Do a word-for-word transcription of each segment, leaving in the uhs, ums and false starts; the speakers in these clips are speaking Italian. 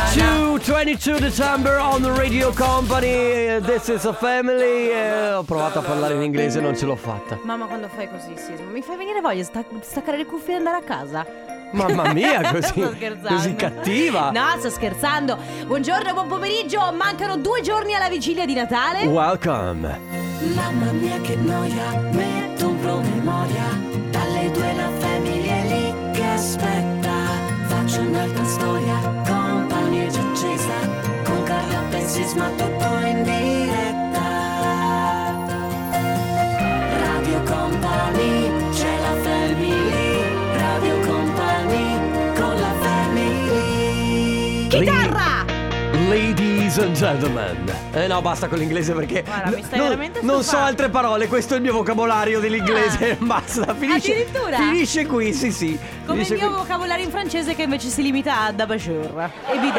ventidue, ventidue December on the Radio Company. This is a family. eh, Ho provato a parlare in inglese, non ce l'ho fatta. Mamma, quando fai così, Sisma, mi fai venire voglia di sta- staccare le cuffie e andare a casa. Mamma mia, così, Sto scherzando. così cattiva. No, sto scherzando. Buongiorno, buon pomeriggio. Mancano due giorni alla vigilia di Natale. Welcome. Mamma mia che noia, metto un promemoria. Dalle due la famiglia è lì che aspetta. Faccio un'altra storia, compagnia già accesa. Con Carlotta e Sisma tutto in diretta. Radio Company, c'è la family. Radio Company, con la family. Chitarra! Ladies and gentlemen. Eh no, basta con l'inglese perché Guarda, mi stai non, veramente non so stufando. altre parole, questo è il mio vocabolario dell'inglese. Ah. Basta, finisce. Addirittura? Finisce qui, sì, sì. Come il Finisce mio qui. vocabolario in francese che invece si limita a dabajur e bidet.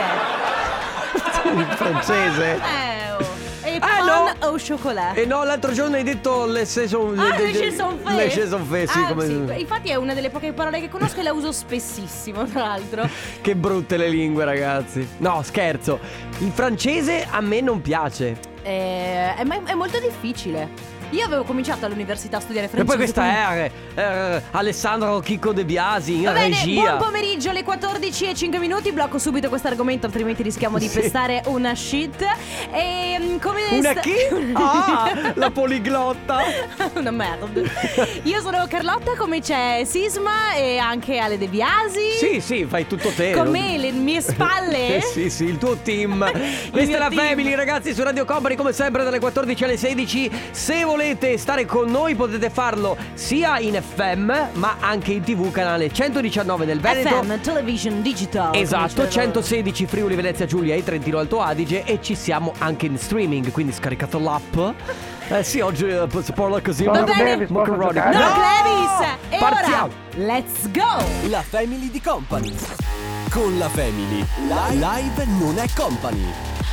In francese. Eh, oh. E Ah, pan no. au chocolat. E no, l'altro giorno hai detto le saison Ah, le chaison fait. Le chaison fait, sì, Ah, come... sì, infatti è una delle poche parole che conosco e la uso spessissimo, tra l'altro. Che brutte le lingue, ragazzi. No, scherzo. Il francese a me non piace. Eh, è, è molto difficile. Io avevo cominciato all'università a studiare E francese. poi questa quindi- è eh, Alessandro Chicco De Biasi in Va bene, regia. buon pomeriggio, alle quattordici e cinque minuti. Blocco subito questo argomento, altrimenti rischiamo di Sì. pestare una shit. E come Una sta- chi? Ah, la poliglotta. Una merda. Io sono Carlotta, come c'è Sisma e anche Ale De Biasi. Sì, sì, fai tutto te. Con non- me, le mie spalle. Eh, sì, sì, il tuo team. Questa è mio la team. Family, ragazzi, su Radio Company, come sempre dalle quattordici alle sedici. Se volete stare con noi potete farlo sia in F M ma anche in tivù, canale centodiciannove del Veneto. F M, Television Digital. Esatto, come dicevo. centosedici Friuli Venezia Giulia e Trentino Alto Adige. E ci siamo anche in streaming, quindi scaricate l'app. Eh sì, oggi eh, si parla così. Va molto- bene. molto ironico. No, No! Clevis! E Partiamo. ora, let's go! La Family di Company. Con la Family. Live non è Company.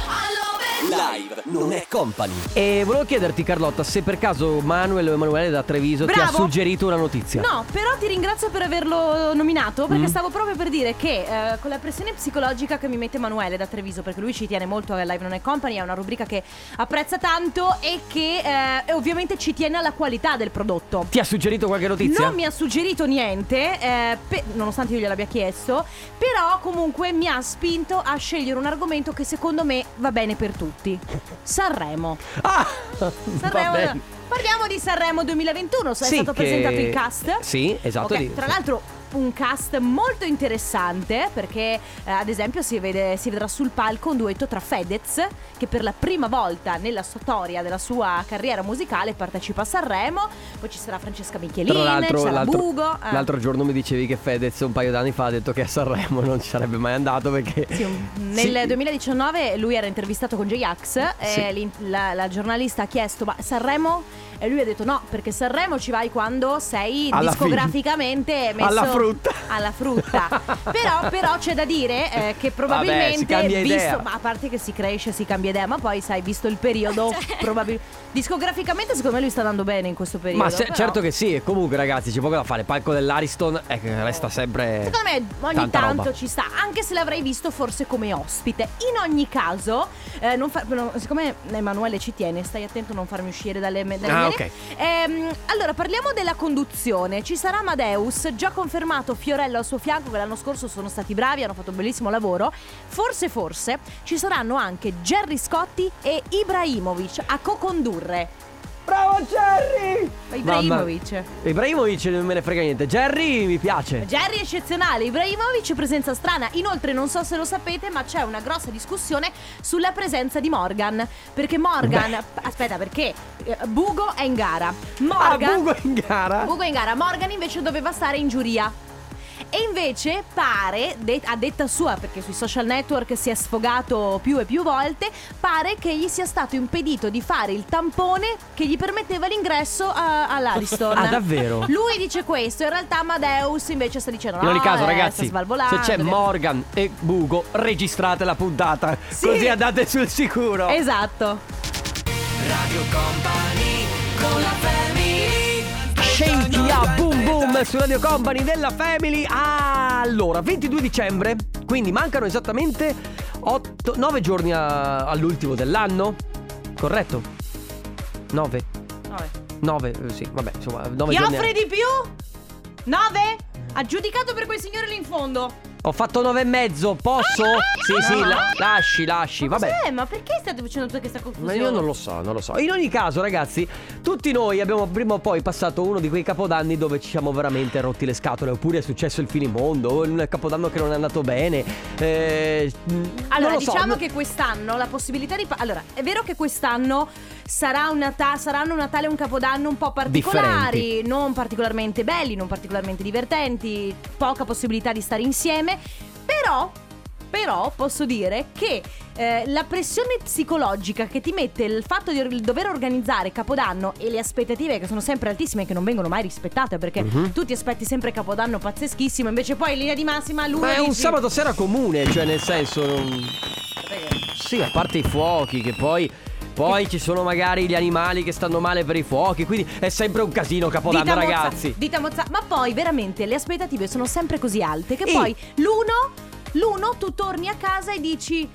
Live non è Company. E volevo chiederti, Carlotta, se per caso Manuel o Emanuele da Treviso ti ha Bravo. suggerito una notizia. No, però ti ringrazio per averlo nominato, perché stavo proprio per dire che eh, con la pressione psicologica che mi mette Emanuele da Treviso, perché lui ci tiene molto a Live Non È Company, è una rubrica che apprezza tanto e che eh, ovviamente ci tiene alla qualità del prodotto. Ti ha suggerito qualche notizia? Non mi ha suggerito niente, eh, pe- nonostante io gliel'abbia chiesto, però comunque mi ha spinto a scegliere un argomento che secondo me va bene per tutti. Sanremo. Ah, Sanremo. va bene. Parliamo di Sanremo duemilaventuno, è Sì, stato che- presentato il cast. Sì, esatto. Ok, lì- tra l'altro un cast molto interessante, perché eh, ad esempio si, vede, si vedrà sul palco un duetto tra Fedez, che per la prima volta nella storia della sua carriera musicale partecipa a Sanremo. Poi ci sarà Francesca Tra Michelin, ci l'altro, sarà l'altro, Bugo eh. l'altro giorno mi dicevi che Fedez un paio d'anni fa ha detto che a Sanremo non ci sarebbe mai andato perché Sì, un- nel Sì. duemiladiciannove lui era intervistato con J-Ax e Sì. l'in- la, la giornalista ha chiesto ma Sanremo? E lui ha detto no, perché Sanremo ci vai quando sei Alla discograficamente messo Alla frutta. alla frutta. però, però c'è da dire eh, che probabilmente Vabbè, si cambia visto, idea. ma a parte che si cresce, si cambia idea, ma poi sai, visto il periodo, Cioè. probabil- discograficamente secondo me lui sta andando bene in questo periodo. Ma se- però- certo che sì. E comunque ragazzi c'è poco da fare. Il palco dell'Ariston eh, che resta sempre Secondo me ogni tanta tanto roba. ci sta, anche se l'avrei visto forse come ospite. In ogni caso, eh, non fa- no, siccome Emanuele ci tiene, stai attento a non farmi uscire dalle, me- dalle Ah, mie- ok. Ehm, allora, parliamo della conduzione. Ci sarà Amadeus, già confermato Fiorello al suo fianco, che l'anno scorso sono stati bravi, hanno fatto un bellissimo lavoro. Forse, forse, ci saranno anche Gerry Scotti e Ibrahimovic a co-condurre. Bravo Jerry! Ibrahimovic. Mamma- Ibrahimovic non me ne frega niente. Jerry mi piace. Jerry eccezionale, Ibrahimovic presenza strana. Inoltre non so se lo sapete, ma c'è una grossa discussione sulla presenza di Morgan. Perché Morgan Beh. Aspetta, perché eh, Bugo è in gara. Ah, Morgan Bugo in gara. Bugo è in gara. Morgan invece doveva stare in giuria. E invece pare, de- a detta sua, perché sui social network si è sfogato più e più volte, pare che gli sia stato impedito di fare il tampone che gli permetteva l'ingresso a- all'Ariston. Ah, davvero? Lui dice questo, in realtà Amadeus invece sta dicendo In ogni no, caso eh, ragazzi, sta svalvolando, se c'è via. Morgan e Bugo, registrate la puntata. Sì. Così andate sul sicuro. Esatto. Radio Company con la family. Shake ya boom boom su Radio Company della Family. Ah, allora, ventidue dicembre, quindi mancano esattamente otto, nove giorni a- all'ultimo dell'anno. Corretto? nove. Vabbè. nove, sì, vabbè, insomma, nove Ti giorni. offre di più? nove? Aggiudicato per quel signore lì in fondo. Ho fatto nove e mezzo, posso? Sì, sì, la- lasci, lasci, vabbè. Cos'è? Ma perché state facendo tutta questa Ma confusione? io non lo so, non lo so. In ogni caso, ragazzi, tutti noi abbiamo prima o poi passato uno di quei capodanni dove ci siamo veramente rotti le scatole. Oppure è successo il finimondo, o un capodanno che non è andato bene. Eh, Allora, non lo so. diciamo che quest'anno la possibilità di... pa- Allora, è vero che quest'anno sarà un Nata- saranno un Natale e un Capodanno un po' particolari, Differenti. non particolarmente belli, non particolarmente divertenti, poca possibilità di stare insieme, però... Però posso dire che eh, la pressione psicologica che ti mette il fatto di or- dover organizzare Capodanno e le aspettative che sono sempre altissime e che non vengono mai rispettate, perché Mhm. tu ti aspetti sempre Capodanno pazzeschissimo, invece poi in linea di massima lui Ma è un dici- sabato sera comune, cioè nel senso non... Sì, a parte i fuochi, che poi... Poi ci sono magari gli animali che stanno male per i fuochi, quindi è sempre un casino Capodanno, Dita mozza- ragazzi. dita mozza- ma poi veramente le aspettative sono sempre così alte che E- poi l'uno, l'uno tu torni a casa e dici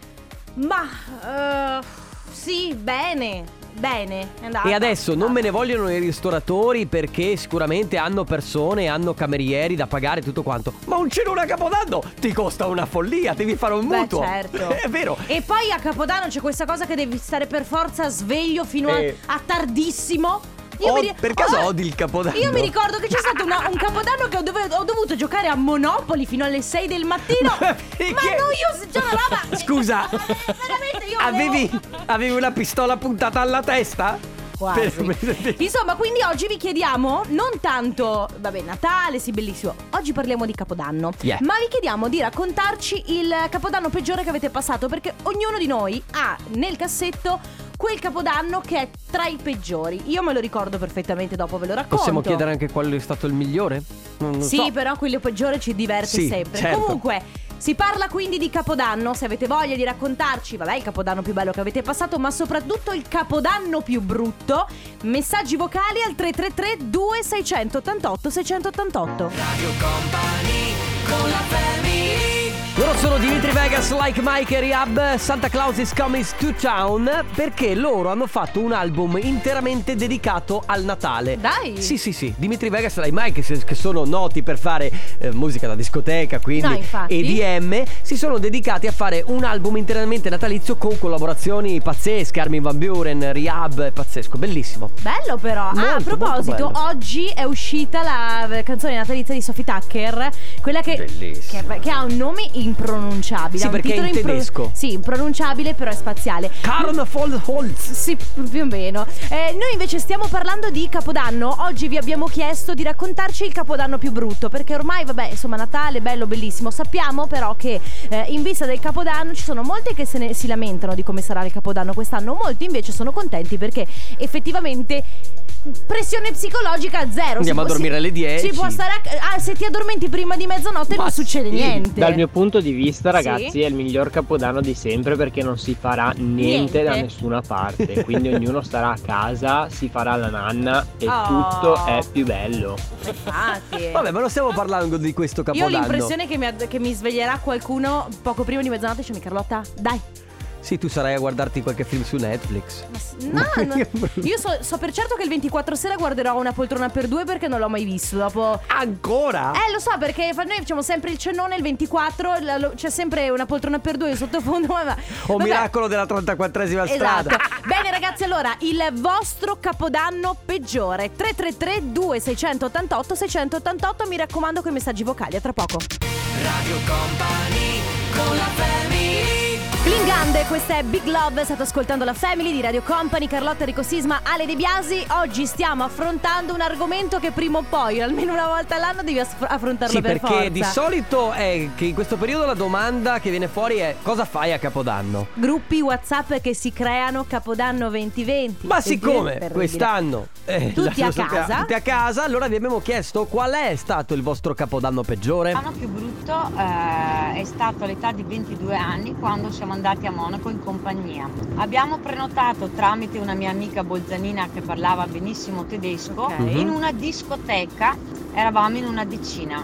ma eh, sì, bene, bene, è andata. E adesso non me ne vogliono i ristoratori, perché sicuramente hanno persone, hanno camerieri da pagare, tutto quanto. Ma un cenone a Capodanno ti costa una follia, devi fare un Beh, mutuo. certo. È vero. E poi a Capodanno c'è questa cosa che devi stare per forza sveglio fino a- Eh. a, tardissimo. Oh, mi ri- per caso Oh, odi il Capodanno? Io mi ricordo che c'è stato una- un Capodanno che ho, dove- ho dovuto giocare a Monopoly fino alle sei del mattino. Ma Ma perché? no, io c'è una roba. Scusa, Veramente io avevi, avevo- avevi una pistola puntata alla testa? Quasi. Per- Insomma, quindi oggi vi chiediamo non tanto, vabbè, Natale, sì, bellissimo. Oggi parliamo di Capodanno. Yeah. Ma vi chiediamo di raccontarci il Capodanno peggiore che avete passato, perché ognuno di noi ha nel cassetto quel Capodanno che è tra i peggiori. Io me lo ricordo perfettamente, dopo ve lo racconto. Possiamo chiedere anche qual è stato il migliore? Non lo Sì, so. però quello peggiore ci diverte Sì, sempre. certo. Comunque, si parla quindi di Capodanno. Se avete voglia di raccontarci, vabbè, il Capodanno più bello che avete passato, ma soprattutto il Capodanno più brutto, messaggi vocali al tre tre tre due sei otto otto sei otto otto. Radio Company con la family. Loro sono Dimitri Vegas, Like Mike e Rehab. Santa Claus is Coming to Town, perché loro hanno fatto un album interamente dedicato al Natale. Dai. Sì, sì, sì. Dimitri Vegas e Like Mike, che- che sono noti per fare eh, musica da discoteca, quindi No, infatti. E D M, si sono dedicati a fare un album interamente natalizio con collaborazioni pazzesche. Armin van Buuren, Rehab, è pazzesco, bellissimo. Bello però. Ah, a Molto, proposito, molto bello. oggi è uscita la canzone natalizia di Sophie Tucker, quella che, Bellissima. che, che ha un nome impronunciabile. Sì, ha un perché è titolo in impro- tedesco. Sì, impronunciabile, però è spaziale. Karl von Holz. Sì, più o meno. Eh, noi invece stiamo parlando di Capodanno. Oggi vi abbiamo chiesto di raccontarci il Capodanno più brutto, perché ormai, vabbè, insomma, Natale, bello, bellissimo. Sappiamo però che eh, in vista del Capodanno ci sono molti che se ne si lamentano di come sarà il Capodanno quest'anno. Molti invece sono contenti perché effettivamente pressione psicologica zero. Andiamo Si a può- dormire si- alle dieci. Si può stare a, ah, se ti addormenti prima di mezzanotte Ma non succede sì. niente. Dal mio punto di vista, ragazzi, Sì. è il miglior capodanno di sempre, perché non si farà niente, Niente. da nessuna parte. Quindi ognuno starà a casa, si farà la nanna e Oh. tutto è più bello. Infatti. Vabbè, ma non stiamo parlando di questo Io ho Capodanno. l'impressione che mi, ad- che mi sveglierà qualcuno poco prima di mezzanotte e dicemi Carlotta, dai. Sì, tu sarai a guardarti qualche film su Netflix. Ma s- No, no. Io so, so per certo che il ventiquattro sera guarderò Una poltrona per due perché non l'ho mai visto. Dopo. Ancora? Eh, lo so, perché fa- noi facciamo sempre il cenone il ventiquattro. la- lo- c'è sempre Una poltrona per due in sottofondo. Ma, ma- O vabbè. Miracolo della trentaquattresima Esatto. strada. Bene ragazzi, allora il vostro Capodanno peggiore tre tre tre due sei otto otto sei otto otto. Mi raccomando con i messaggi vocali. A tra poco. Radio Company con la family. Klingande, questa è Big Love, state ascoltando la Family di Radio Company, Carlotta, Enrico Sisma, Ale De Biasi. Oggi stiamo affrontando un argomento che prima o poi, almeno una volta all'anno, devi aff- affrontarlo Sì, per perché forza. di solito è che in questo periodo la domanda che viene fuori è: cosa fai a Capodanno? Gruppi WhatsApp che si creano Capodanno duemilaventi. Ma Per siccome dire- per quest'anno eh, Tutti la- a lo sappiamo, casa? tutti a casa, allora vi abbiamo chiesto qual è stato il vostro Capodanno peggiore. L'anno più brutto eh, è stato all'età di ventidue anni, quando siamo andati a Monaco in compagnia. Abbiamo prenotato tramite una mia amica bolzanina che parlava benissimo tedesco Ok. in una discoteca, eravamo in una decina.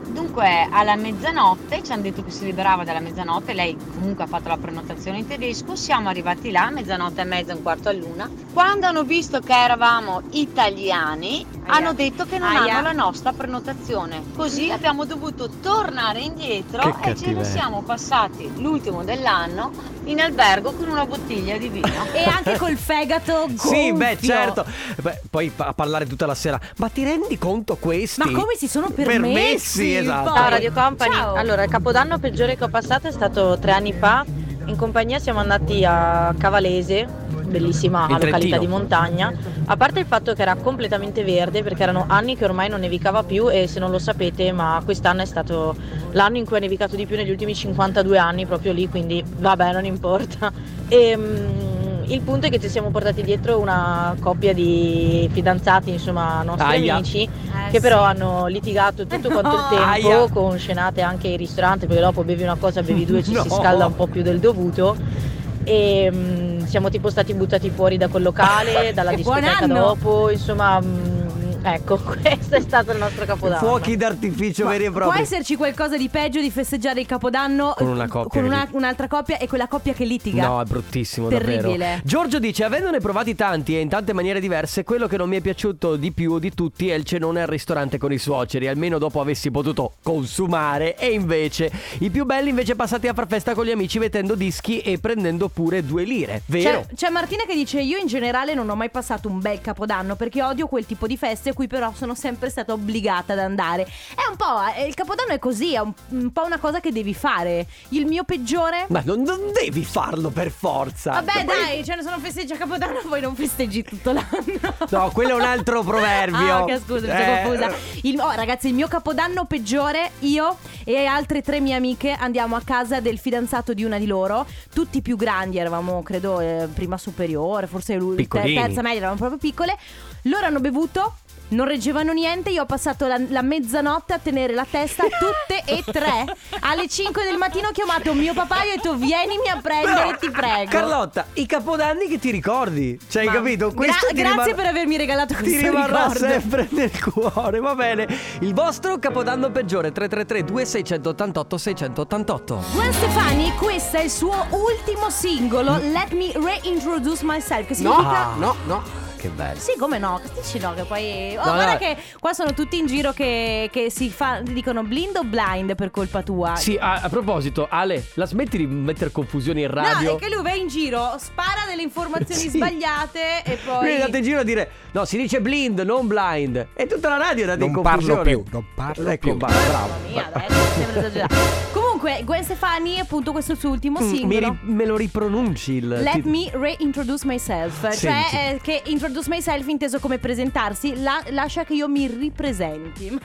Dunque alla mezzanotte ci hanno detto che si liberava dalla mezzanotte, lei comunque ha fatto la prenotazione in tedesco, siamo arrivati là, mezzanotte e mezza, un quarto all'una. Quando hanno visto che eravamo italiani, Aia. hanno detto che non Aia. hanno la nostra prenotazione. Così abbiamo dovuto tornare indietro Che e ce cattiveria. ne siamo passati l'ultimo dell'anno in albergo con una bottiglia di vino. E anche col fegato gonfio. Sì, beh, certo. Beh, poi a parlare tutta la sera. Ma ti rendi conto questi? Ma come si sono permessi? Permessi, esatto. Poi- Ciao Radio Company. Ciao. Allora, il capodanno peggiore che ho passato è stato tre anni fa. In compagnia siamo andati a Cavalese, bellissima In località Trentino. di montagna. A parte il fatto che era completamente verde, perché erano anni che ormai non nevicava più, e se non lo sapete, ma quest'anno è stato l'anno in cui ha nevicato di più negli ultimi cinquantadue anni, proprio lì, quindi vabbè, non importa. E, mm, il punto è che ci siamo portati dietro una coppia di fidanzati, insomma, nostri Aia. amici, Eh, che sì. però hanno litigato tutto quanto il tempo, Aia. con scenate anche in ristorante, perché dopo bevi una cosa, bevi due, ci No. si scalda un po' più del dovuto. E mm, siamo tipo stati buttati fuori da quel locale, dalla E buon discoteca anno. dopo, insomma, mm, ecco, questo è stato il nostro capodanno. Fuochi d'artificio veri e Può propri. esserci qualcosa di peggio di festeggiare il Capodanno Con una coppia con che una- litiga. un'altra coppia e quella coppia che litiga? No, è bruttissimo, Terribile. davvero. Giorgio dice: avendone provati tanti e in tante maniere diverse, quello che non mi è piaciuto di più di tutti è il cenone al ristorante con i suoceri. Almeno dopo avessi potuto consumare. E invece i più belli invece passati a far festa con gli amici, mettendo dischi e prendendo pure due lire. Vero? C'è, c'è Martina che dice: io in generale non ho mai passato un bel Capodanno, perché odio quel tipo di feste a cui però sono sempre stata obbligata ad andare. È un po', eh, il Capodanno è così, è un, un po' una cosa che devi fare. Il mio peggiore? Ma non, non devi farlo per forza. Vabbè, Poi- dai, cioè sono festeggi a Capodanno, poi non festeggi tutto l'anno. No, quello è un altro proverbio. Ah, ok, scusa, mi sono Eh, confusa. Il, oh, ragazzi, il mio Capodanno peggiore, io e altre tre mie amiche andiamo a casa del fidanzato di una di loro, tutti più grandi, eravamo credo eh, prima superiore, forse lui, te- Piccolini. terza media, eravamo proprio piccole. Loro hanno bevuto, non reggevano niente. Io ho passato la, la mezzanotte a tenere la testa tutte e tre. Alle cinque del mattino ho chiamato mio papà e ho detto: vienimi a prendere, ti prego. Carlotta, i capodanni che ti ricordi. Cioè, hai Ma- capito? Questo Gra- ti grazie rimarrà- per avermi regalato Ti questo rimarrà ricordo. sempre nel cuore, va bene. Il vostro capodanno peggiore: tre tre tre due sei otto otto sei otto otto. Gwen Stefani, questo è il suo ultimo singolo, Let Me Reintroduce Myself, che significa... no, no. Che bello. Sì, come no? Che dici no? Che poi... Oh, No, guarda no. che qua sono tutti in giro che, che si fa, dicono blind o blind per colpa tua. Sì, a, a proposito, Ale, la smetti di mettere confusione in radio? No, è che lui va in giro, spara delle informazioni Sì. sbagliate e poi... Quindi andate in giro a dire: no, si dice blind, non blind. E tutta la radio date in Non confusione. parlo più, non parlo ecco, più. va, bravo. Mamma mia, adesso sembra esagerato. Comunque, Gwen Stefani, appunto, questo è il suo ultimo Mm, mi singolo. ri- me lo ripronunci il Let titolo? me reintroduce myself. Senti. Cioè eh, che introduce myself inteso come presentarsi, la- lascia che io mi ripresenti.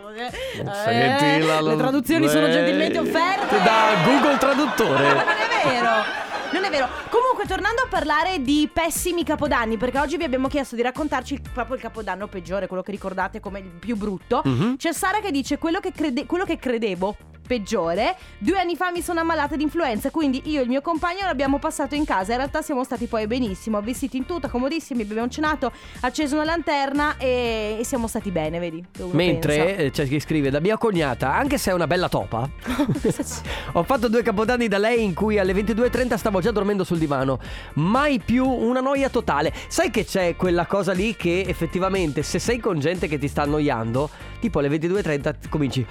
Senti, Eh, la- la- le traduzioni sono eh, gentilmente offerte da Google Traduttore. Ma non è vero. Non è vero. Comunque, tornando a parlare di pessimi capodanni, perché oggi vi abbiamo chiesto di raccontarci il- proprio il capodanno peggiore, quello che ricordate come il più brutto. Mhm. C'è Sara che dice: quello che, crede- quello che credevo peggiore, due anni fa mi sono ammalata di influenza, quindi io e il mio compagno l'abbiamo passato in casa. In realtà siamo stati poi benissimo, vestiti in tuta, comodissimi, abbiamo cenato, acceso una lanterna e, e siamo stati bene, vedi? Uno Mentre pensa. eh, c'è chi scrive: da mia cognata, anche se è una bella topa, ho fatto due capodanni da lei in cui alle ventidue e trenta stavo già dormendo sul divano. Mai più, una noia totale. Sai che c'è quella cosa lì che effettivamente, se sei con gente che ti sta annoiando, tipo alle ventidue e trenta cominci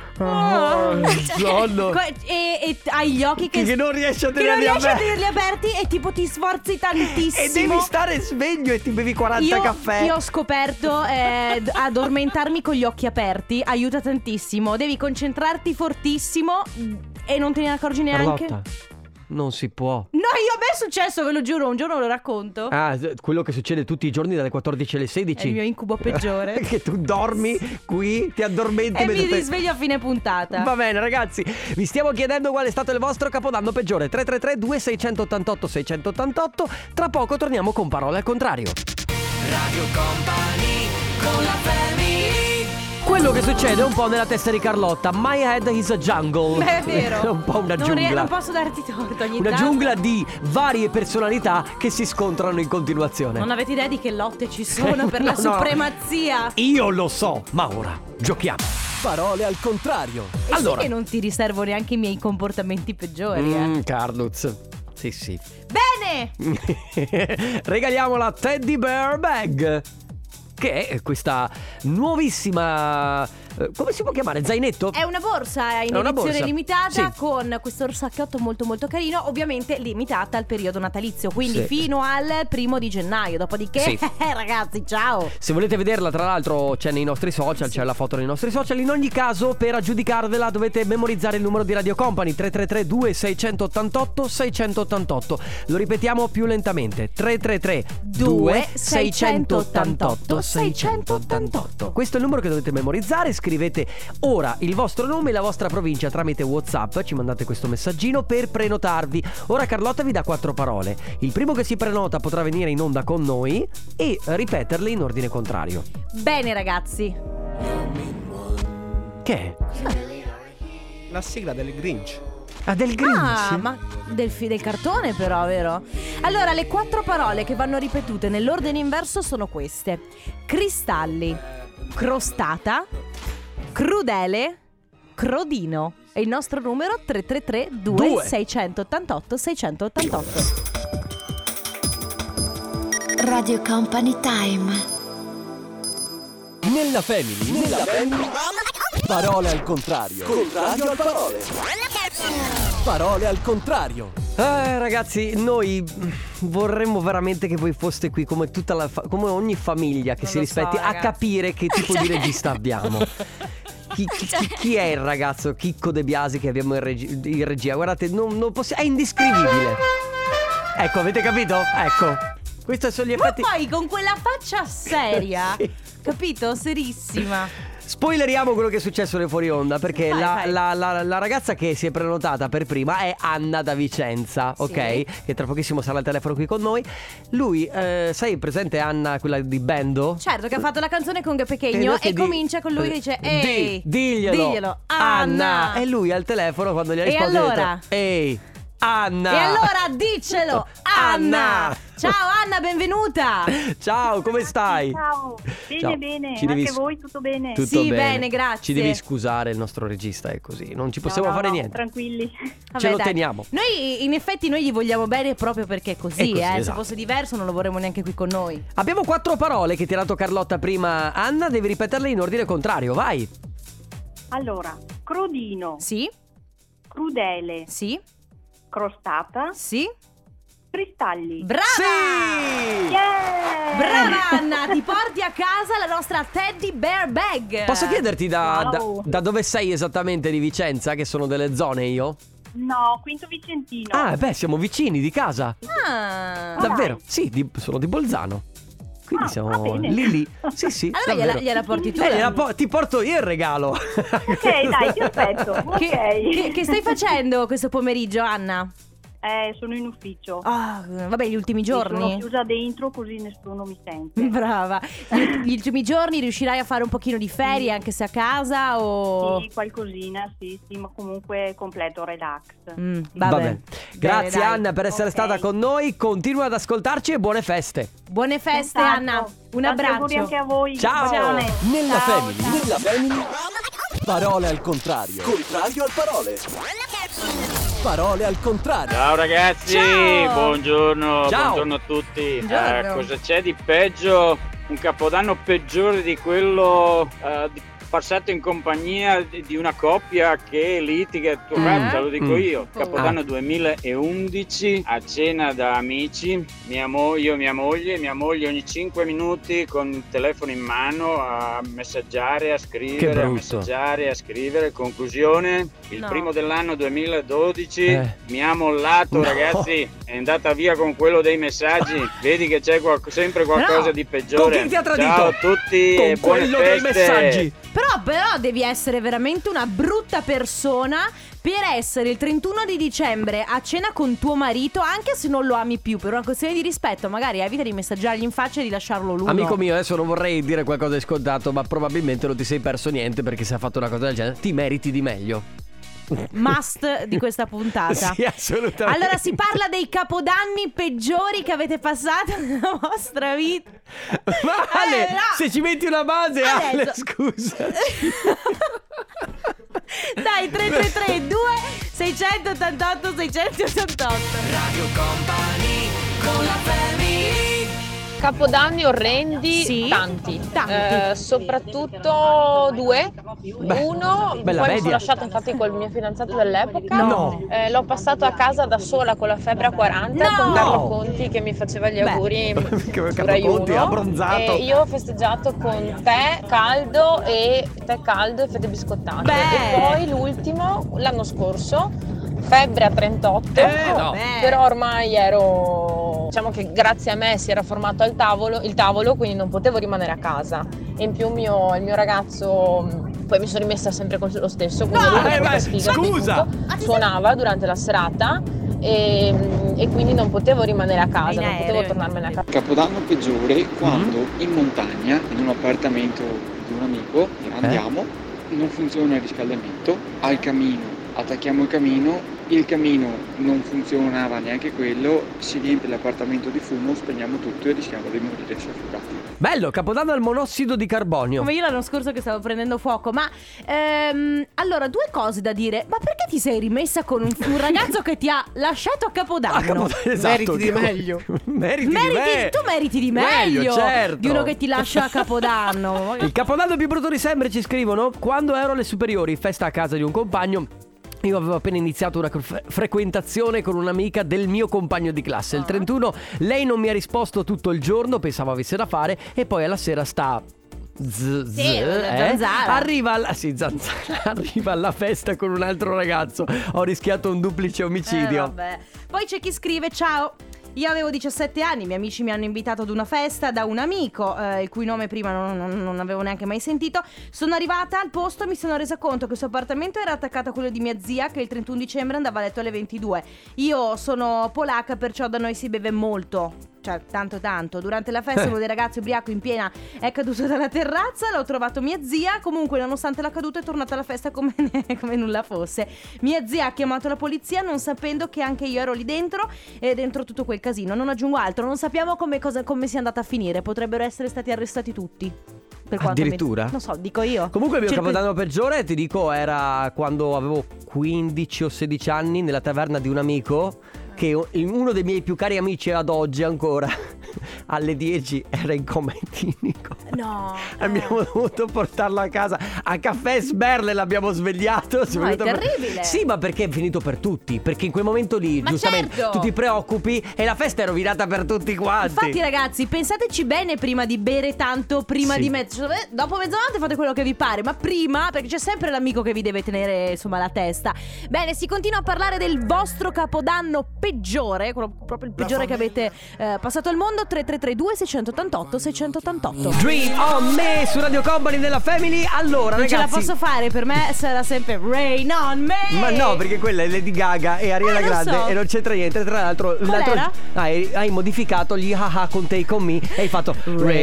Oh, sonno. Co- e, e hai gli occhi che, Che non riesci a che non tenerli riesci a aperti. tenerli aperti e tipo ti sforzi tantissimo. E devi stare sveglio e ti bevi quaranta io, caffè. io ho scoperto eh, d- addormentarmi con gli occhi aperti aiuta tantissimo. Devi concentrarti fortissimo e non te ne accorgi neanche. Carlotta, non si può. No, io a me è successo, ve lo giuro, un giorno lo racconto. Ah, quello che succede tutti i giorni dalle quattordici alle È sedici. il mio incubo peggiore. Che tu dormi qui, ti addormenti E mi mentre- risveglio a fine puntata. Va bene ragazzi, vi stiamo chiedendo qual è stato il vostro capodanno peggiore. Tre tre tre due sei otto otto sei otto otto. Tra poco torniamo con parole al contrario. Radio Company con la family. Quello che succede un po' nella testa di Carlotta. My head is a jungle. Beh, è vero. È un po' una non, ri- giungla. non posso darti torto ogni Una tanto. giungla di varie personalità che si scontrano in continuazione. Non avete idea di che lotte ci sono per No, la no. supremazia. Io lo so, ma ora giochiamo. Parole al contrario. E Allora. sì che non ti riservo neanche i miei comportamenti peggiori, eh. Mm, Carluz. Sì, sì. Bene! Regaliamo la Teddy Bear Bag, che è questa nuovissima, eh, come si può chiamare? Zainetto? È una borsa in È una edizione borsa. limitata, Sì. con questo orsacchiotto molto molto carino, ovviamente limitata al periodo natalizio, quindi Sì. fino al primo di gennaio. Dopodiché, Sì. ragazzi, ciao! Se volete vederla, tra l'altro c'è nei nostri social, Sì. c'è la foto nei nostri social. In ogni caso, per aggiudicarvela dovete memorizzare il numero di Radio Company: tre tre tre due sei otto otto sei otto otto. Lo ripetiamo più lentamente: tre tre tre due sei otto otto sei otto otto. Questo è il numero che dovete memorizzare. Scrivete ora il vostro nome e la vostra provincia tramite WhatsApp, ci mandate questo messaggino per prenotarvi. Ora Carlotta vi dà quattro parole. Il primo che si prenota potrà venire in onda con noi e ripeterle in ordine contrario. Bene, ragazzi. Che è? La sigla del Grinch. Ah, del Grinch? Ah, ma del, fi- del cartone però, vero? Allora, le quattro parole che vanno ripetute nell'ordine inverso sono queste: cristalli, crostata, crudele, crodino. E il nostro numero tre tre tre due sei otto otto sei otto otto. Radio Company Time. Nella Family, nella Family, parole al contrario. Contrario al parole. Parole al contrario. Eh, ragazzi, noi vorremmo veramente che voi foste qui come tutta la fa- come ogni famiglia che Non si lo so, rispetti, a ragazzi. capire che tipo di regista abbiamo. Chi, chi- chi- chi è il ragazzo Chicco De Biasi che abbiamo in, regi- in regia? Guardate, non, non possi- è indescrivibile. Ecco, avete capito? Ecco. Questi sono gli Ma effetti. poi con quella faccia seria, Sì. capito? Serissima. Spoileriamo quello che è successo nel fuori onda, perché Vai, la, vai. la- la- la ragazza che si è prenotata per prima è Anna da Vicenza, Sì. ok? Che tra pochissimo sarà al telefono qui con noi. Lui, eh, sai presente Anna, quella di Bendo? Certo, che ha fatto la canzone con E Pechegno noi che e di- comincia con lui che dice: Di- Ehi, diglielo, diglielo, Anna. E lui al telefono quando gli ha E risposto ha allora? detto, ehi, Anna. E allora diccelo, Anna. Anna. Ciao Anna, benvenuta. Ciao, come stai? Ciao, bene Ciao. bene, Ci devi anche s- voi tutto bene? Tutto Sì, bene. bene, grazie. Ci devi scusare, il nostro regista è così, non ci possiamo No, no, fare no, niente. tranquilli. Ce lo dai. teniamo. Noi in effetti noi gli vogliamo bene proprio perché è così, È così, eh. Se esatto. fosse diverso non lo vorremmo neanche qui con noi. Abbiamo quattro parole che ti ha dato Carlotta prima. Anna, devi ripeterle in ordine contrario, vai. Allora, crodino, Sì, crudele, sì, crostata, sì. cristalli. Brava! Sì! Yeah! Brava Anna, ti porti a casa la nostra Teddy Bear Bag. Posso chiederti da, da, Wow. da dove sei esattamente di Vicenza? Che sono delle zone io? No, Quinto Vicentino. Ah, beh, siamo vicini di casa. Ah. Davvero? Sì, di- sono di Bolzano. Quindi Ah, siamo va bene. lì lì. Sì, sì. Allora davvero. gliela, gliela porti tu. Eh, gliela po- ti porto io il regalo. Ok, dai, ti aspetto. Ok. Che, che- che stai facendo questo pomeriggio, Anna? Eh, sono in ufficio. Ah, vabbè, gli ultimi Mi Sono giorni. chiusa dentro così nessuno mi sente. Brava. Gli, gli ultimi giorni riuscirai a fare un pochino di ferie anche se a casa o... Sì, qualcosina, sì, sì, ma comunque completo relax. Mm, Sì. vabbè. Vabbè. Grazie Bene, dai. Anna per essere Ok. stata con noi. Continua ad ascoltarci e buone feste. Buone feste, Senz'altro. Anna. Un Tanti abbraccio. auguri anche a voi. Ciao. Bacione. Nella Ciao, Family, ciao. nella Family, parole al contrario. Contrario al parole. Parole al contrario. Ciao ragazzi, Ciao. buongiorno, Ciao. buongiorno a tutti. Buongiorno. Eh, cosa c'è di peggio? Un capodanno peggiore di quello eh, di- passato in compagnia di di una coppia che litiga e torretta, lo dico Mm. io. Capodanno duemilaundici, a cena da amici, mia mo- io e mia moglie, mia moglie ogni cinque minuti con il telefono in mano a messaggiare, a Che scrivere, a brutto. messaggiare, a scrivere. Conclusione, il No. primo dell'anno duemiladodici Eh. mi ha mollato, No. ragazzi, è andata via con quello dei messaggi. Vedi che c'è qual- sempre qualcosa No. di peggiore. Con chi ti ha tradito? Ciao a tutti Con e buone quello dei feste. messaggi. Però, però devi essere veramente una brutta persona per essere il trentuno di dicembre a cena con tuo marito, anche se non lo ami più, per una questione di rispetto, magari evita di messaggiargli in faccia e di lasciarlo l'uno. Amico mio, adesso non vorrei dire qualcosa di scontato, ma probabilmente non ti sei perso niente perché se ha fatto una cosa del genere ti meriti di meglio. must di questa puntata. Sì, assolutamente. Allora si parla dei capodanni peggiori che avete passato nella vostra vita. Ma Ale, Eh, no. se ci metti una base, Adesso. Ale, scusa. Dai, tre tre tre due sei otto otto sei otto otto. Radio Company con la family. Capodanni orrendi, Sì, tanti, tanti. Eh, soprattutto due. Beh, Uno, bella poi mi media. sono lasciata infatti col mio fidanzato dell'epoca. No. Eh, l'ho passato a casa da sola con la febbre a quaranta No. con Carlo Conti che mi faceva gli Beh. auguri Carlo su Rai Conti, uno. abbronzato. E io ho festeggiato con tè caldo e tè caldo e fette biscottate. Beh. E poi l'ultimo, l'anno scorso, febbre a trentotto. Eh, no. Beh. Però ormai ero, diciamo che grazie a me si era formato il tavolo, il tavolo, quindi non potevo rimanere a casa. E in più mio, il mio ragazzo, mh, poi mi sono rimessa sempre con lo stesso, quindi No, lui eh, era ma sfiga, scusa! appunto, suonava durante la serata e, mh, e quindi non potevo rimanere a casa, In non aereo. potevo tornarmene a casa. Capodanno peggiore quando Mm-hmm. in montagna, in un appartamento di un amico, andiamo, non funziona il riscaldamento, al camino attacchiamo il camino, il camino non funzionava neanche quello, si riempie l'appartamento di fumo, spegniamo tutto e rischiamo di morire soffocati. Bello, Capodanno al monossido di carbonio. Come io l'anno scorso che stavo prendendo fuoco. Ma ehm, allora, due cose da dire. Ma perché ti sei rimessa con un, un ragazzo che ti ha lasciato a Capodanno? Ah, Capodanno, esatto. Meriti di meglio. meriti, di Meriti, me- tu meriti di meglio, certo. di uno che ti lascia a Capodanno. Il Capodanno più brutto di sempre, ci scrivono. Quando ero alle superiori, festa a casa di un compagno, io avevo appena iniziato una fre- frequentazione con un'amica del mio compagno di classe. Il trentuno lei non mi ha risposto tutto il giorno, pensavo avesse da fare, e poi alla sera sta... Z- z- Sì, una eh? zanzara. Arriva alla, sì, zanzara. Arriva alla festa con un altro ragazzo. Ho rischiato un duplice Eh, omicidio. vabbè. Poi c'è chi scrive: ciao, io avevo diciassette anni, i miei amici mi hanno invitato ad una festa da un amico, eh, il cui nome prima non, non- non avevo neanche mai sentito. Sono arrivata al posto e mi sono resa conto che il suo appartamento era attaccato a quello di mia zia, che il trentuno dicembre andava a letto alle ventidue. Io sono polacca, perciò da noi si beve molto. Cioè, tanto tanto. Durante la festa uno dei ragazzi ubriaco in piena è caduto dalla terrazza. L'ho trovato mia zia. Comunque, nonostante la caduta, è tornata alla festa come, come nulla fosse. Mia zia ha chiamato la polizia, non sapendo che anche io ero lì dentro, e dentro tutto quel casino. Non aggiungo altro. Non sappiamo come, cosa, come sia andata a finire. Potrebbero essere stati arrestati tutti. Per quanto Addirittura? mi... Non so, dico io. Comunque il mio Cerco- capodanno peggiore, ti dico, era quando avevo quindici o sedici anni nella taverna di un amico, che uno dei miei più cari amici ad oggi ancora, alle dieci era in coma etilico. No. Abbiamo dovuto portarlo a casa. A Caffè Sberle l'abbiamo svegliato. Si No, è venuto per- terribile. Sì, ma perché è finito per tutti. Perché in quel momento lì, Ma giustamente, certo. tu ti preoccupi e la festa è rovinata per tutti quanti. Infatti, ragazzi, pensateci bene prima di bere tanto, prima Sì. di mettere. Cioè, dopo mezzanotte fate quello che vi pare, ma prima, perché c'è sempre l'amico che vi deve tenere, insomma, la testa. Bene, si continua a parlare del vostro capodanno peggiore, quello proprio il peggiore che avete eh, passato al mondo. Tre tre tre due sei otto otto sei otto otto. Dream on me su Radio Company della Family. Allora, Non ragazzi, ce la posso fare, per me sarà sempre Rain on me. ma no, perché quella è Lady Gaga e Ariana Eh, lo Grande so. e non c'entra niente. Tra l'altro, Qual l'altro era? ah, hai, hai modificato gli haha con Take On Me e hai fatto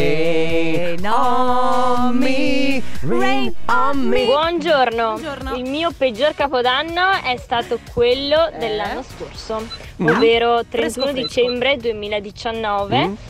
Rain on me, Rain on me. Buongiorno. Buongiorno. Il mio peggior capodanno è stato quello Eh? dell'anno scorso, Mm. ovvero Fresco, trentuno fresco. dicembre duemiladiciannove. Mm.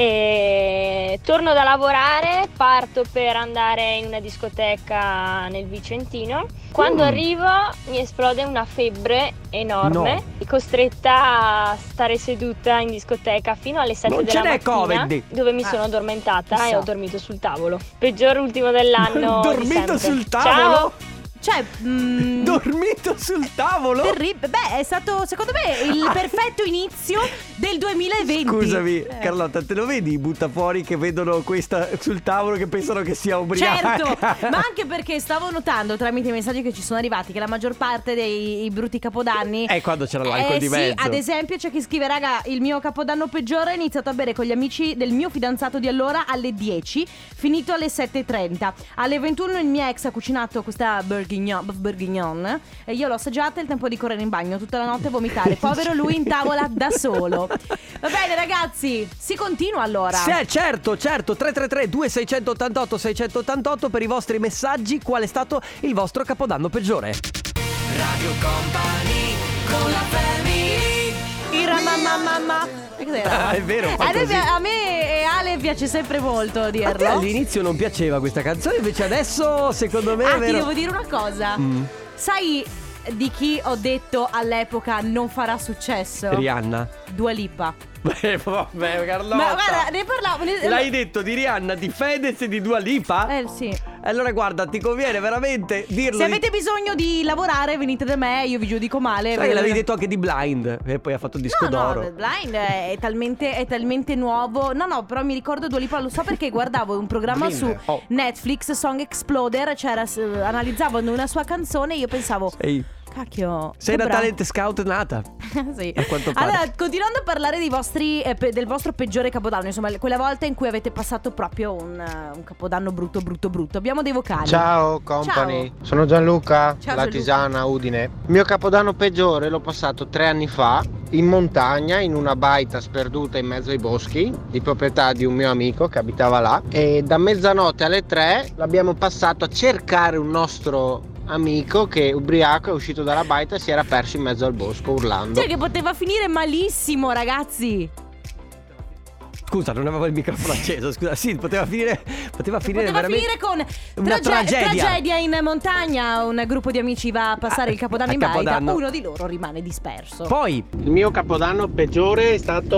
E torno da lavorare, parto per andare in una discoteca nel Vicentino. Quando Mm. arrivo mi esplode una febbre enorme, No. costretta a stare seduta in discoteca fino alle sette Non ce della n'è mattina, Covid. dove mi Ah, sono addormentata chissà. e ho dormito sul tavolo. Peggior ultimo dell'anno. di Dormito sempre. sul Ciao. tavolo? Cioè, mm, Dormito sul tavolo? terribile. Beh, è stato, secondo me, il perfetto inizio del duemilaventi. Scusami, Eh. Carlotta, te lo vedi? Butta fuori che vedono questa sul tavolo che pensano che sia ubriaca. Certo, ma anche perché stavo notando tramite i messaggi che ci sono arrivati che la maggior parte dei i brutti capodanni È quando c'era l'alcol eh, di sì, mezzo. ad esempio c'è chi scrive: raga, il mio capodanno peggiore, ho iniziato a bere con gli amici del mio fidanzato di allora alle dieci, finito alle sette e trenta. Alle ventuno il mio ex ha cucinato questa bourguignon, bourguignon e io l'ho assaggiata, è il tempo di correre in bagno tutta la notte e vomitare. Povero lui in tavola da solo. Va bene ragazzi, si continua allora. Sì, certo, certo. Tre tre tre due sei otto otto sei otto otto per i vostri messaggi. Qual è stato il vostro capodanno peggiore? Radio Company con la family. Ira mamma mamma. E cos'era? Ah, è vero, fa a, me, così. a me e Ale piace sempre molto A te dirlo. all'inizio non piaceva questa canzone, invece adesso secondo me Ah, è ti vero. devo dire una cosa. Mm. Sai di chi ho detto all'epoca non farà successo? Rihanna. Dua Lipa. Beh, vabbè, Carlotta. Ma guarda, ne parlavo. Ne... L'hai detto di Rihanna, di Fedez e di Dua Lipa? Eh sì. Allora guarda, ti conviene veramente dirlo. Se di- avete bisogno di lavorare, venite da me, io vi giudico male. Sai che l'avevi detto anche di Blind e poi ha fatto il disco No, d'oro. no, Blind è talmente, è talmente nuovo. No, no, però mi ricordo Dua Lipa, lo so perché guardavo un programma Blind, su oh. Netflix, Song Exploder, c'era, s- analizzavano una sua canzone e io pensavo, Ehi, cacchio, sei che una brava. talent scout nata. Sì. A quanto pare. Allora, continuando a parlare dei vostri, eh, pe- del vostro peggiore capodanno, insomma, quella volta in cui avete passato proprio un, eh, un capodanno brutto, brutto, brutto. Abbiamo dei vocali. Ciao company, Ciao. sono Gianluca, Ciao, la Gianluca. Tisana, Udine. Il mio capodanno peggiore l'ho passato tre anni fa in montagna, in una baita sperduta in mezzo ai boschi, di proprietà di un mio amico che abitava là. E da mezzanotte alle tre l'abbiamo passato a cercare un nostro amico che ubriaco è uscito dalla baita e si era perso in mezzo al bosco urlando. Cioè che poteva finire malissimo, ragazzi. Scusa, non avevo il microfono acceso. Scusa, sì, poteva finire. Poteva finire Poteva veramente. finire con una trage- tragedia. tragedia in montagna. Un gruppo di amici va a passare il capodanno a in baita. Capodanno. Uno di loro rimane disperso. Poi il mio capodanno peggiore è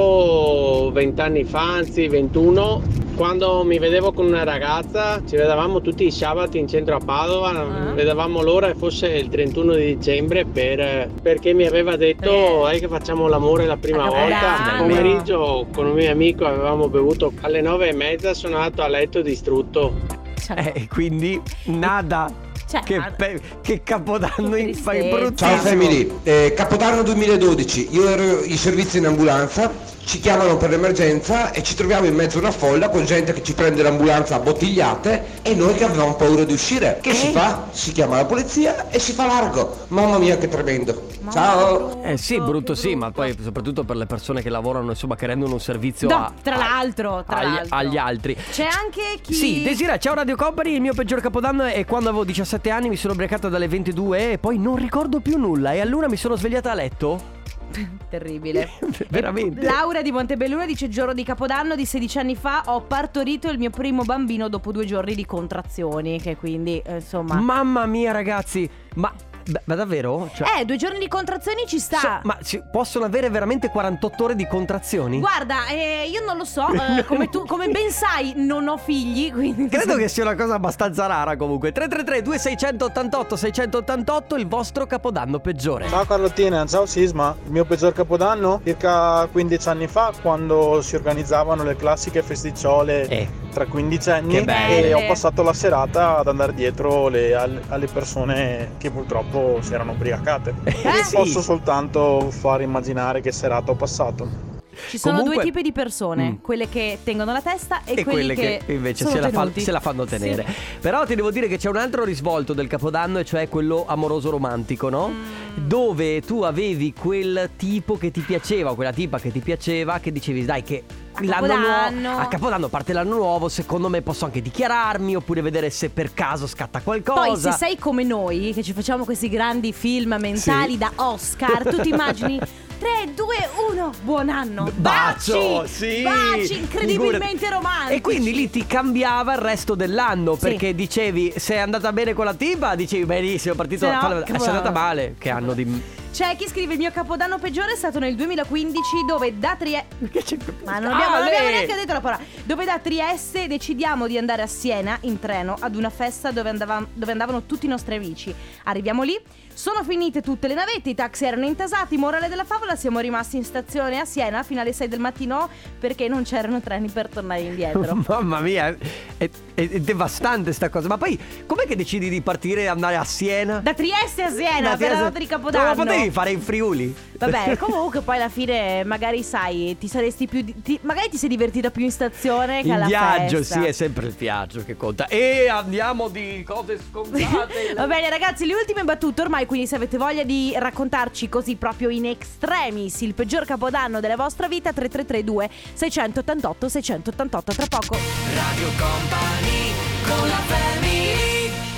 stato vent'anni fa, anzi ventuno, quando mi vedevo con una ragazza, ci vedevamo tutti i sabati in centro a Padova, vedevamo l'ora e fosse il trentuno di dicembre per, perché mi aveva detto eh. che facciamo l'amore la prima A volta. Capodanno. Pomeriggio con un mio amico avevamo bevuto, alle nove e mezza sono andato a letto distrutto. Eh, quindi nada. Cioè, che, pe- che capodanno in fai Ciao bruttissimo. family, eh, Capodanno duemiladodici, io ero in servizio in ambulanza, ci chiamano per l'emergenza e ci troviamo in mezzo a una folla con gente che ci prende l'ambulanza a bottigliate e noi che avevamo paura di uscire. Che si fa? Si chiama la polizia e si fa largo. Mamma mia che tremendo. Ciao. Eh sì, brutto sì, ma poi soprattutto per le persone che lavorano, insomma, che rendono un servizio No, a- tra a- l'altro, tra agli, l'altro. agli altri. C'è anche chi Sì, Desiree, ciao Radio Company, il mio peggior capodanno è quando avevo diciassette anni, mi sono ubriacato dalle ventidue e poi non ricordo più nulla e allora mi sono svegliata a letto. Terribile. Veramente. Laura di Montebelluna dice: giorno di capodanno di sedici anni fa ho partorito il mio primo bambino dopo due giorni di contrazioni. Che quindi eh, insomma Mamma mia ragazzi, ma, ma davvero? Cioè, Eh, due giorni di contrazioni ci sta. so- ma si possono avere veramente quarantotto ore di contrazioni? Guarda, eh, io non lo so, eh, come tu come ben sai non ho figli, quindi Credo che sia una cosa abbastanza rara comunque. tre tre tre due sei otto otto sei otto otto, il vostro capodanno peggiore. Ciao Carlottina, ciao Sisma. Il mio peggior capodanno circa quindici anni fa, quando si organizzavano le classiche festicciole tra quindicenni, Che belle. e ho passato la serata ad andare dietro le- al- alle persone che purtroppo si erano ubriacate. sì. Posso soltanto far immaginare che serata ho passato. ci sono Comunque- due tipi di persone, Mm. quelle che tengono la testa e, E quelli quelle che, invece sono se la, fa- tenuti. se la fanno tenere. Sì. Però ti devo dire che c'è un altro risvolto del capodanno, e cioè quello amoroso romantico, no? Mm. Dove tu avevi quel tipo che ti piaceva, quella tipa che ti piaceva, che dicevi dai che A l'anno Capodanno. nuovo, a Capodanno parte l'anno nuovo, secondo me posso anche dichiararmi oppure vedere se per caso scatta qualcosa. Poi se sei come noi, che ci facciamo questi grandi film mentali Sì. da Oscar, tu ti immagini tre, due, uno, buon anno. Bacio, Baci, sì. baci incredibilmente Figurati. romantici. E quindi lì ti cambiava il resto dell'anno, Sì. perché dicevi sei andata bene con la tipa, dicevi benissimo, partito Se no, falla- come- sei andata male, che anno di C'è chi scrive: il mio capodanno peggiore è stato nel duemilaquindici, dove da Trieste Ma non abbiamo, non Ale! abbiamo neanche detto la parola. Dove da Trieste decidiamo di andare a Siena in treno ad una festa dove, andava- dove andavano tutti i nostri amici. Arriviamo lì, sono finite tutte le navette, i taxi erano intasati. Morale della favola, siamo rimasti in stazione a Siena fino alle sei del mattino perché non c'erano treni per tornare indietro. Mamma mia, è, è- è devastante sta cosa. Ma poi com'è che decidi di partire e andare a Siena? Da Trieste a Siena Da per la Trieste- notte di Capodanno. Non lo potevi fare in Friuli? Vabbè, comunque poi alla fine magari sai, ti saresti più di- ti- magari ti sei divertita più in stazione che Il alla viaggio, festa. sì, è sempre il viaggio che conta. E andiamo di cose scontate. Va bene ragazzi, le ultime battute ormai, quindi se avete voglia di raccontarci così proprio in extremis il peggior capodanno della vostra vita, tre tre tre due sei otto otto sei otto otto tra poco. Radio Company con la family.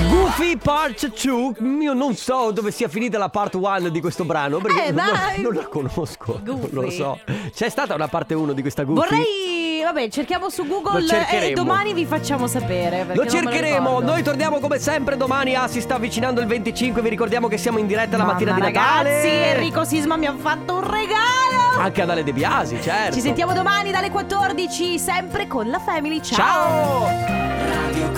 Goofy Part due. Io non so dove sia finita la part uno di questo brano, perché Eh, non, dai. non la conosco. Goofy. Non lo so. C'è stata una parte uno di questa Goofy? Vorrei, vabbè, cerchiamo su Google Lo cercheremo. e domani vi facciamo sapere. perché Lo non me cercheremo. ricordo. Noi torniamo come sempre domani. Ah, si sta avvicinando il venticinque. Vi ricordiamo che siamo in diretta la Mamma, mattina di Natale. ragazzi, Enrico Sisma mi ha fatto un regalo. Anche ad Ale De Biasi, certo. Ci sentiamo domani dalle quattordici, sempre con la Family. Ciao. Ciao. Radio